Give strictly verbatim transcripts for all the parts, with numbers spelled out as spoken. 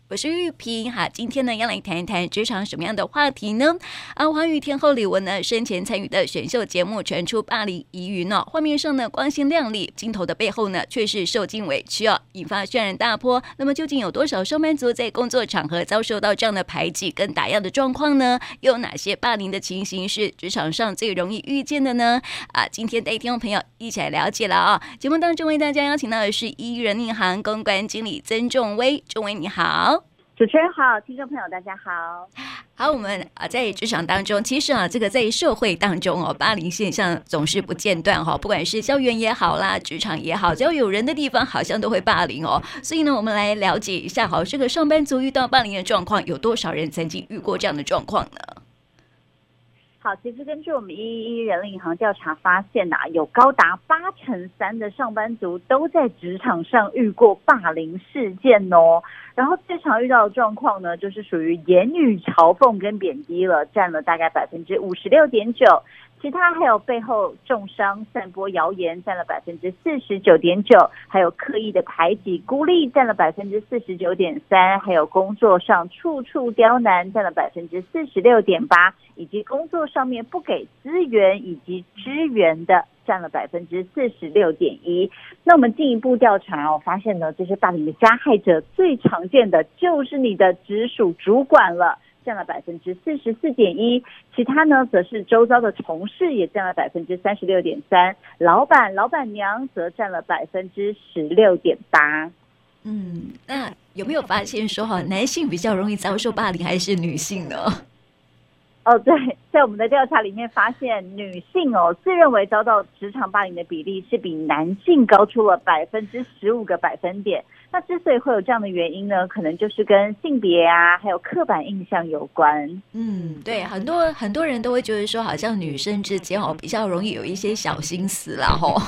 我是玉萍。好，今天呢要来谈一谈职场什么样的话题呢？啊，华语天后李玟呢生前参与的选秀节目传出霸凌疑云哦，画面上呢光鲜亮丽，镜头的背后呢却是受尽委屈哦，引发轩然大波。那么究竟有多少上班族在工作场合遭受到这样的排挤跟打压的状况呢？又有哪些霸凌的情形是职场上最容易遇见的呢？啊，今天带听众朋友一起来了解了啊。节目当中为大家邀请到的是一人银行公关经理曾仲威，仲威你好。 主持人好，听众朋友大家好。 好，我们啊在职场当中，其实啊这个在社会当中哦，霸凌现象总是不间断哈、哦，不管是校园也好啦，职场也好，只要有人的地方，好像都会霸凌哦。所以呢，我们来了解一下哈，这个上班族遇到霸凌的状况，有多少人曾经遇过这样的状况呢？ 好，其实根据我们一一一人力银行调查发现啊，有高达八成三的上班族都在职场上遇过霸凌事件哦。然后最常遇到的状况呢，就是属于言语嘲讽跟贬低了，占了大概百分之五十六点九。其他还有背后重伤、散播谣言，占了百分之四十九点九；还有刻意的排挤、孤立，占了百分之四十九点三；还有工作上处处刁难，占了百分之四十六点八；以及工作上面不给资源以及支援的，占了百分之四十六点一。那我们进一步调查哦，发现呢，这些霸凌的加害者最常见的就是你的直属主管了，占了百分之四十四点一，其他呢则是周遭的同事也占了百分之三十六点三，老板、老板娘则占了百分之十六点八。 嗯，那有没有发现说哈，男性比较容易遭受霸凌，还是女性呢？ 哦，对，在我们的调查里面发现，女性哦自认为遭到职场霸凌的比例是比男性高出了百分之十五个百分点。那之所以会有这样的原因呢，可能就是跟性别啊，还有刻板印象有关。 嗯，对，很多很多人都会觉得说，好像女生之间哦比较容易有一些小心思啦，吼。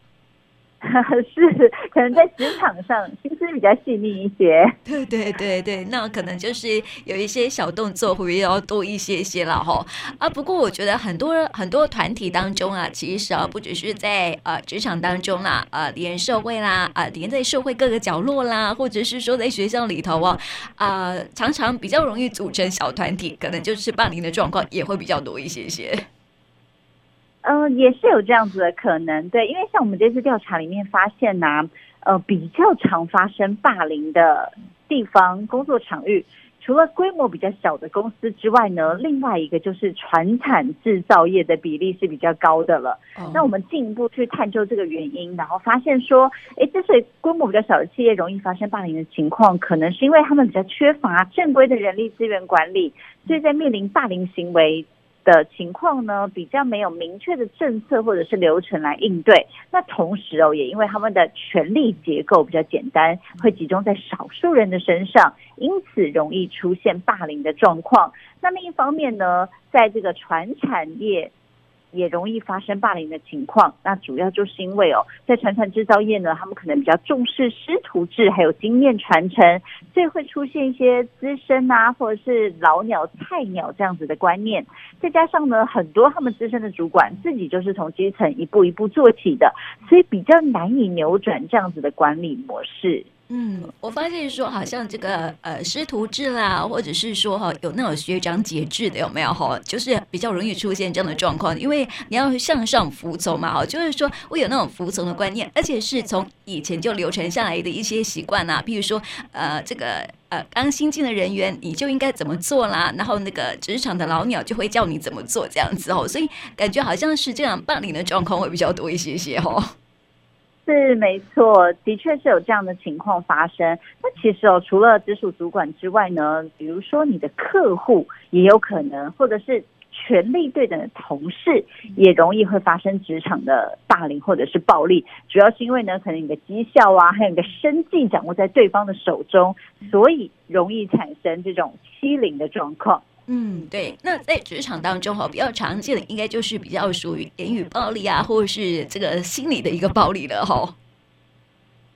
是，可能在职场上心思比较细腻一些。 对对对对，那可能就是有一些小动作会比较多一些些啦吼啊。不过我觉得很多很多团体当中啊，其实啊不只是在呃职场当中啦，呃连社会啦，啊、呃、连在社会各个角落啦，或者是说在学校里头啊，啊、呃、常常比较容易组成小团体，可能就是霸凌的状况也会比较多一些些。 嗯、呃，也是有这样子的可能，对，因为像我们这次调查里面发现呢、啊，呃，比较常发生霸凌的地方工作场域，除了规模比较小的公司之外呢，另外一个就是传产制造业的比例是比较高的了。Oh. 那我们进一步去探究这个原因，然后发现说，哎，之所以规模比较小的企业容易发生霸凌的情况，可能是因为他们比较缺乏正规的人力资源管理，所以在面临霸凌行为的情况呢，比较没有明确的政策或者是流程来应对。那同时哦，也因为他们的权力结构比较简单，会集中在少数人的身上，因此容易出现霸凌的状况。那另一方面呢，在这个传产业也容易发生霸凌的情况，那主要就是因为哦，在传产制造业呢，他们可能比较重视师徒制，还有经验传承，所以会出现一些资深啊，或者是老鸟、菜鸟这样子的观念。再加上呢，很多他们资深的主管自己就是从基层一步一步做起的，所以比较难以扭转这样子的管理模式。 嗯，我发现说好像这个呃师徒制啦，或者是说哈有那种学长姐制的有没有哈，就是比较容易出现这样的状况，因为你要向上服从嘛哈，就是说会有那种服从的观念，而且是从以前就流传下来的一些习惯啊，譬如说呃这个呃刚新进的人员你就应该怎么做啦，然后那个职场的老鸟就会叫你怎么做这样子哦，所以感觉好像是这样霸凌的状况会比较多一些些哦。 是没错，的确是有这样的情况发生。那其实哦，除了直属主管之外呢，比如说你的客户也有可能，或者是权力对等的同事，也容易会发生职场的霸凌或者是暴力。主要是因为呢，可能你的绩效啊，还有你的生计掌握在对方的手中，所以容易产生这种欺凌的状况。 嗯，对。那在职场当中哈，比较常见的应该就是比较属于言语暴力啊，或者是这个心理的一个暴力了哈。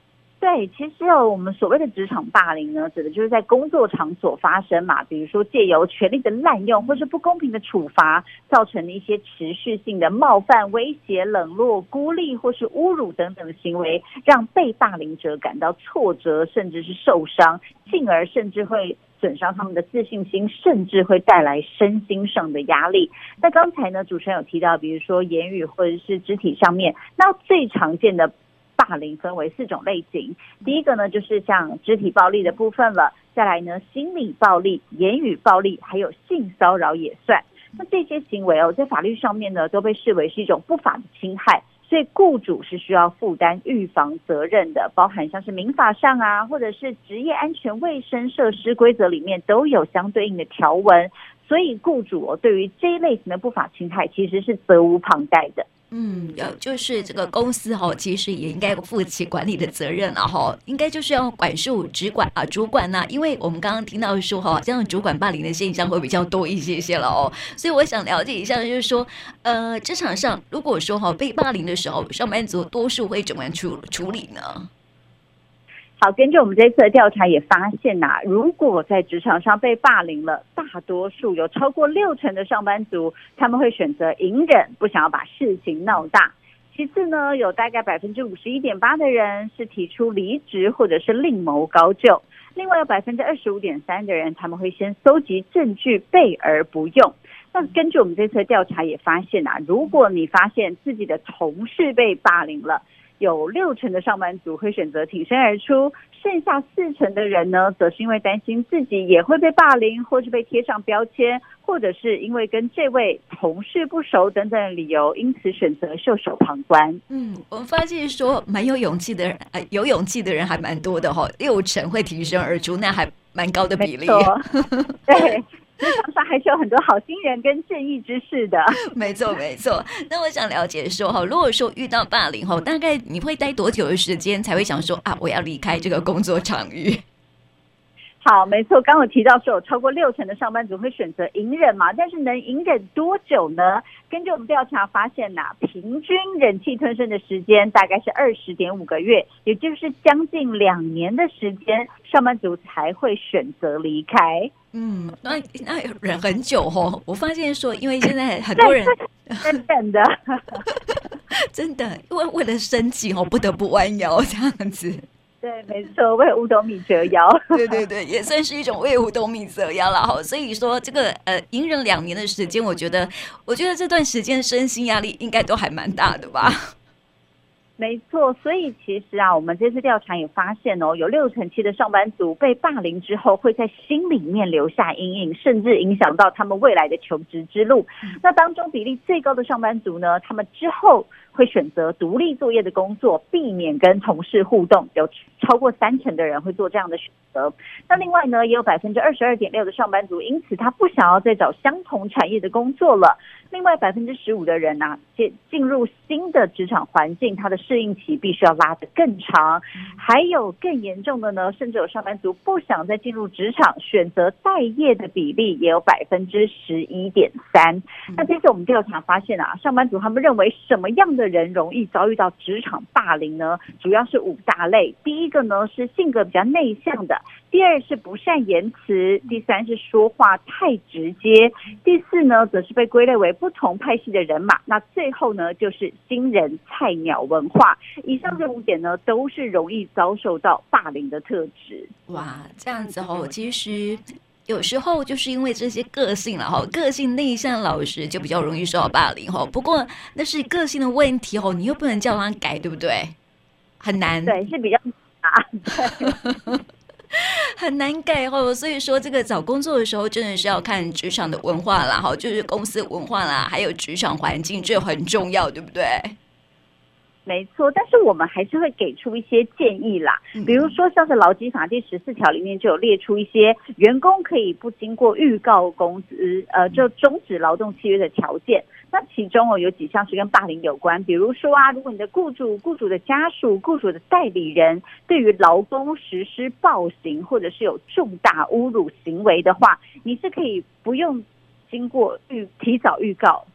对，其实哦，我们所谓的职场霸凌呢，指的就是在工作场所发生嘛，比如说借由权力的滥用或是不公平的处罚，造成的一些持续性的冒犯、威胁、冷落、孤立或是侮辱等等的行为，让被霸凌者感到挫折，甚至是受伤，进而甚至会损伤他们的自信心，甚至会带来身心上的压力。那刚才呢，主持人有提到，比如说言语或者是肢体上面，那最常见的霸凌分为四种类型。第一个呢，就是像肢体暴力的部分了，再来呢，心理暴力、言语暴力，还有性骚扰也算。那这些行为哦，在法律上面呢，都被视为是一种不法的侵害，所以雇主是需要负担预防责任的，包含像是民法上啊，或者是职业安全卫生设施规则里面都有相对应的条文，所以雇主哦，对于这一类型的不法侵害其实是责无旁贷的。 嗯，有就是这个公司哈、哦，其实也应该负起管理的责任了哈，应该就是要管束主管啊，主管呐、啊，因为我们刚刚听到说哈，这样主管霸凌的现象会比较多一些些了哦，所以我想了解一下，就是说，呃，职场上如果说哈被霸凌的时候，上班族多数会怎么样处处理呢？ 好，根据我们这次的调查也发现呐、啊，如果在职场上被霸凌了，大多数有超过六成的上班族，他们会选择隐忍，不想要把事情闹大。其次呢，有大概百分之五十一点八的人是提出离职或者是另谋高就。另外有百分之二十五点三的人，他们会先搜集证据，备而不用。那根据我们这次的调查也发现啊，如果你发现自己的同事被霸凌了，有六成的上班族会选择挺身而出，剩下四成的人呢，则是因为担心自己也会被霸凌，或是被贴上标签，或者是因为跟这位同事不熟等等的理由，因此选择袖手旁观。 嗯，我们发现说蛮有勇气的人，呃，有勇气的人还蛮多的哈、哦，六成会挺身而出，那还蛮高的比例。 对。职场上还是有很多好心人跟正义之士的。 没错没错。那我想了解说哈，如果说遇到霸凌后，大概你会待多久的时间才会想说啊，我要离开这个工作场域？ 好，没错，刚刚有提到说有超过六成的上班族会选择隐忍嘛，但是能隐忍多久呢？根据我们调查发现呐、啊，平均忍气吞声的时间大概是二十点五个月，也就是将近两年的时间，上班族才会选择离开。 嗯，那那忍很久哦。我发现说，因为现在很多人真的的， 真的，因为为了生计哦，不得不弯腰这样子。 对，没错，为五斗米折腰。 对对对，也算是一种为五斗米折腰了哈。所以说，这个呃，隐忍两年的时间，我觉得，我觉得这段时间身心压力应该都还蛮大的吧。 没错，所以其实啊，我们这次调查也发现哦，有六成七的上班族被霸凌之后，会在心里面留下阴影，甚至影响到他们未来的求职之路。嗯、那当中比例最高的上班族呢，他们之后会选择独立作业的工作，避免跟同事互动，有超过三成的人会做这样的选择。那另外呢，也有百分之二十二点六的上班族，因此他不想要再找相同产业的工作了。另外百分之十五的人啊，进进入新的职场环境，他的适应期必须要拉得更长。还有更严重的呢，甚至有上班族不想再进入职场，选择待业的比例也有百分之十一点三。那这次我们调查发现啊，上班族他们认为什么样的人容易遭遇到职场霸凌呢？主要是五大类。第一个呢是性格比较内向的，第二是不善言辞，第三是说话太直接，第四呢则是被归类为不同派系的人马，那最后呢就是新人菜鸟文化。以上这五点呢都是容易遭受到霸凌的特质。 哇，这样子哦，其实有时候就是因为这些个性了哈，个性内向老实就比较容易受到霸凌哈。不过那是个性的问题哦，你又不能叫他改，对不对？很难， 对，是比较难。 很难改哦，所以说这个找工作的时候真的是要看职场的文化啦，哈，就是公司文化啦，还有职场环境，这很重要，对不对？ 没错，但是我们还是会给出一些建议啦，比如说像是劳基法第十四条里面就有列出一些员工可以不经过预告公司呃就终止劳动契约的条件。那其中哦有几项是跟霸凌有关，比如说啊，如果你的雇主、雇主的家属、雇主的代理人对于劳工实施暴行或者是有重大侮辱行为的话，你是可以不用经过预提早预告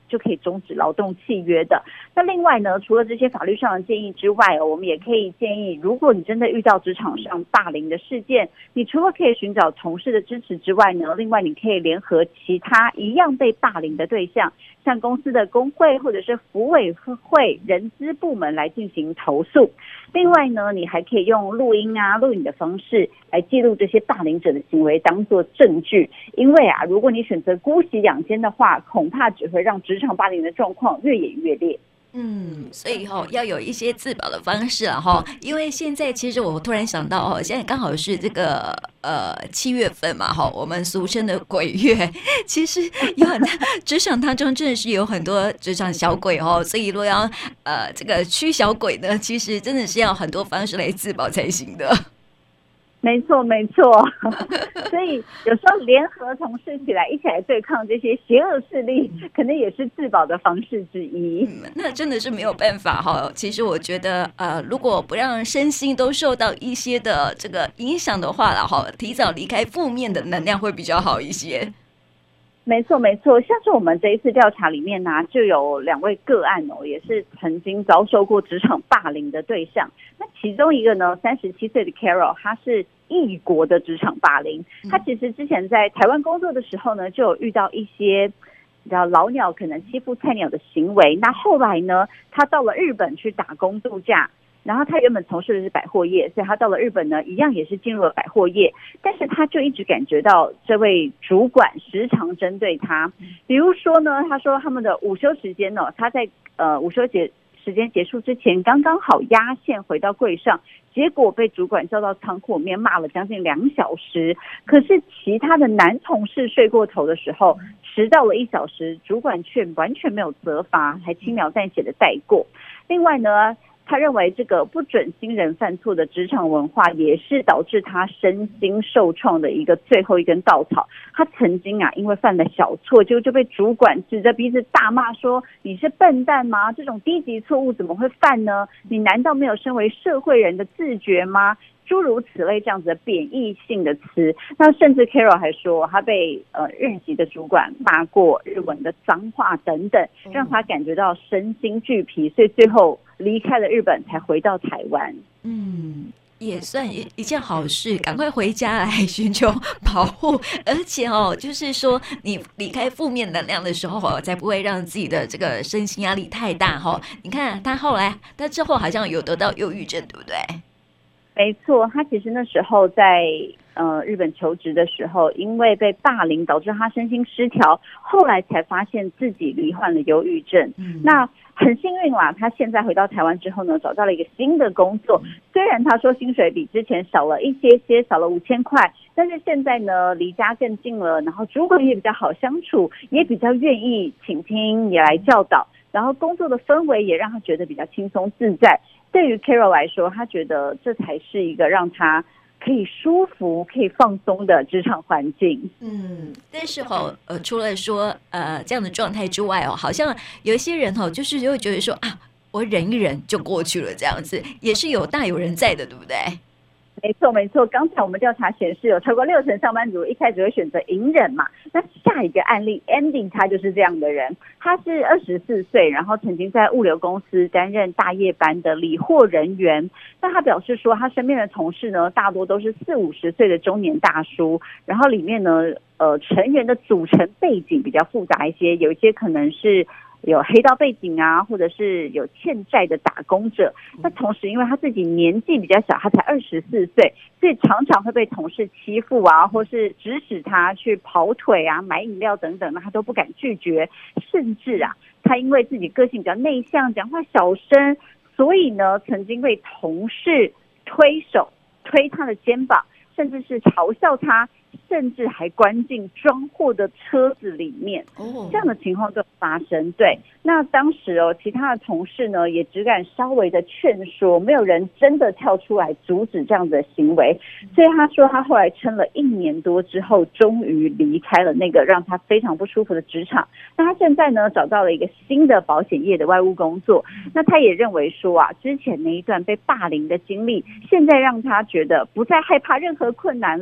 就可以终止劳动契约的。那另外呢，除了这些法律上的建议之外哦，我们也可以建议，如果你真的遇到职场上霸凌的事件，你除了可以寻找同事的支持之外呢，另外你可以联合其他一样被霸凌的对象，像公司的工会或者是福委会人资部门来进行投诉。另外呢，你还可以用录音啊、录影的方式来记录这些霸凌者的行为，当作证据。因为啊，如果你选择姑息养奸的话，恐怕只会让职场霸凌的状况越演越烈。 嗯，所以吼、哦、要有一些自保的方式啊哈，因为现在其实我突然想到哦，现在刚好是这个呃七月份嘛哈，我们俗称的鬼月，其实有很职场当中真的是有很多职场小鬼哦，所以如果要呃这个驱小鬼呢，其实真的是要很多方式来自保才行的。 没错没错，所以有时候联合同事起来一起来对抗这些邪恶势力，可能也是自保的方式之一。 嗯、那真的是没有办法哈。其实我觉得呃，如果不让身心都受到一些的这个影响的话啦哈，提早离开负面的能量会比较好一些。 没错没错，像是我们这一次调查里面呢、啊，就有两位个案哦，也是曾经遭受过职场霸凌的对象。那其中一个呢，三十七岁的 Carol， 她是异国的职场霸凌。她其实之前在台湾工作的时候呢，就有遇到一些比较老鸟可能欺负菜鸟的行为。那后来呢，她到了日本去打工度假。然后他原本从事的是百货业，所以他到了日本呢，一样也是进入了百货业，但是他就一直感觉到这位主管时常针对他。比如说呢，他说他们的午休时间呢、哦，他在呃午休节时间结束之前刚刚好压线回到柜上，结果被主管叫到仓库里面骂了将近两小时。可是其他的男同事睡过头的时候，迟到了一小时，主管却完全没有责罚，还轻描淡写的带过。另外呢，他认为这个不准新人犯错的职场文化也是导致他身心受创的一个最后一根稻草。他曾经啊，因为犯了小错，就就被主管指着鼻子大骂说：“你是笨蛋吗？这种低级错误怎么会犯呢？你难道没有身为社会人的自觉吗？”诸如此类这样子的贬义性的词。那甚至 Carol 还说他被呃日籍的主管骂过日文的脏话等等，让他感觉到身心俱疲，所以最后离开了日本才回到台湾。 嗯，也算一一件好事，赶快回家来寻求保护。而且哦，就是说你离开负面能量的时候哦，才不会让自己的这个身心压力太大哈。你看他后来，他之后好像有得到忧郁症，对不对？ 没错，他其实那时候在呃日本求职的时候，因为被霸凌导致他身心失调，后来才发现自己罹患了忧郁症。嗯、那很幸运啦，他现在回到台湾之后呢，找到了一个新的工作。虽然他说薪水比之前少了一些些，少了五千块，但是现在呢，离家更近了，然后主管也比较好相处，也比较愿意倾听，也来教导。然后工作的氛围也让他觉得比较轻松自在。对于 Carol 来说，他觉得这才是一个让他可以舒服、可以放松的职场环境。 嗯，但是哦，呃，除了说呃这样的状态之外哦，好像有一些人哦，就是会觉得说啊，我忍一忍就过去了，这样子也是有大有人在的，对不对？ 没错没错，刚才我们调查显示，有超过六成上班族一开始会选择隐忍嘛。那下一个案例 Andy 他就是这样的人，他是二十四岁，然后曾经在物流公司担任大夜班的理货人员。那他表示说，他身边的同事呢，大多都是四五十岁的中年大叔，然后里面呢，呃，成员的组成背景比较复杂一些，有一些可能是有黑道背景啊，或者是有欠债的打工者。那同时因为他自己年纪比较小，他才二十四岁，所以常常会被同事欺负啊，或是指使他去跑腿啊、买饮料等等，那他都不敢拒绝。甚至啊，他因为自己个性比较内向，讲话小声，所以呢，曾经被同事推手推他的肩膀，甚至是嘲笑他，甚至还关进装货的车子里面。哦，这样的情况就发生。对，那当时哦，其他的同事呢也只敢稍微的劝说，没有人真的跳出来阻止这样的行为。所以他说，他后来撑了一年多之后，终于离开了那个让他非常不舒服的职场。那他现在呢，找到了一个新的保险业的外务工作。那他也认为说啊，之前那一段被霸凌的经历，现在让他觉得不再害怕任何困难了。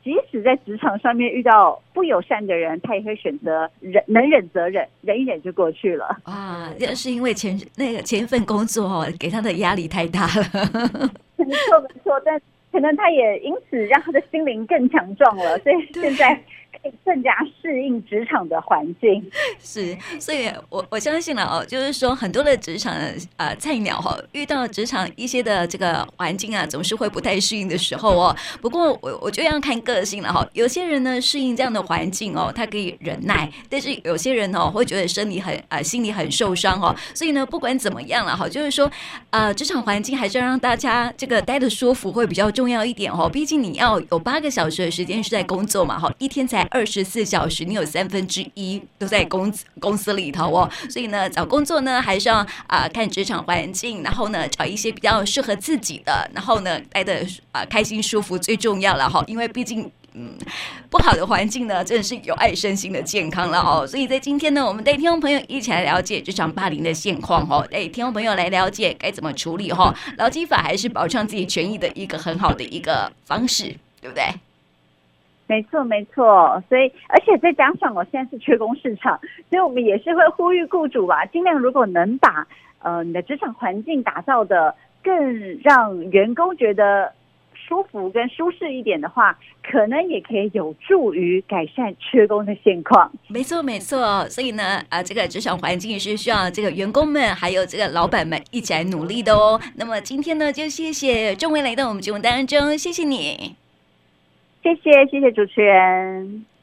即使在职场上面遇到不友善的人，他也会选择忍，能忍则忍，忍一忍就过去了。 哇，这是因为前那个前一份工作哦，给他的压力太大了。 没错没错，但可能他也因此让他的心灵更强壮了，所以现在可以更加适应职场的环境。 是，所以我我相信了哦，就是说很多的职场呃菜鸟哈、哦，遇到职场一些的这个环境啊，总是会不太适应的时候哦。不过我我觉得要看个性了哈、哦，有些人呢适应这样的环境哦，他可以忍耐，但是有些人哦会觉得身体很啊、呃、心里很受伤哦。所以呢，不管怎么样了哈，就是说呃职场环境还是要让大家这个待得舒服会比较重要一点哦。毕竟你要有八个小时的时间是在工作嘛哈，一天才二十四小时，你有三分之一都在公公司里头哦，所以呢，找工作呢还是要啊、呃、看职场环境，然后呢找一些比较适合自己的，然后呢待得啊、呃、开心舒服最重要了哈，因为毕竟。嗯，不好的环境呢，真的是有碍身心的健康了哦。所以在今天呢，我们带听众朋友一起来了解职场霸凌的现况哦，带听众朋友来了解该怎么处理哈、哦。劳基法还是保障自己权益的一个很好的一个方式，对不对？ 没错，没错，所以而且再加上我现在是缺工市场，所以我们也是会呼吁雇主吧，尽量如果能把呃你的职场环境打造的更让员工觉得舒服跟舒适一点的话，可能也可以有助于改善缺工的现况。 没错，没错。所以呢，啊，这个职场环境是需要这个员工们还有这个老板们一起来努力的哦。那么今天呢，就谢谢仲威来到我们节目当中，谢谢你。 谢谢，谢谢主持人。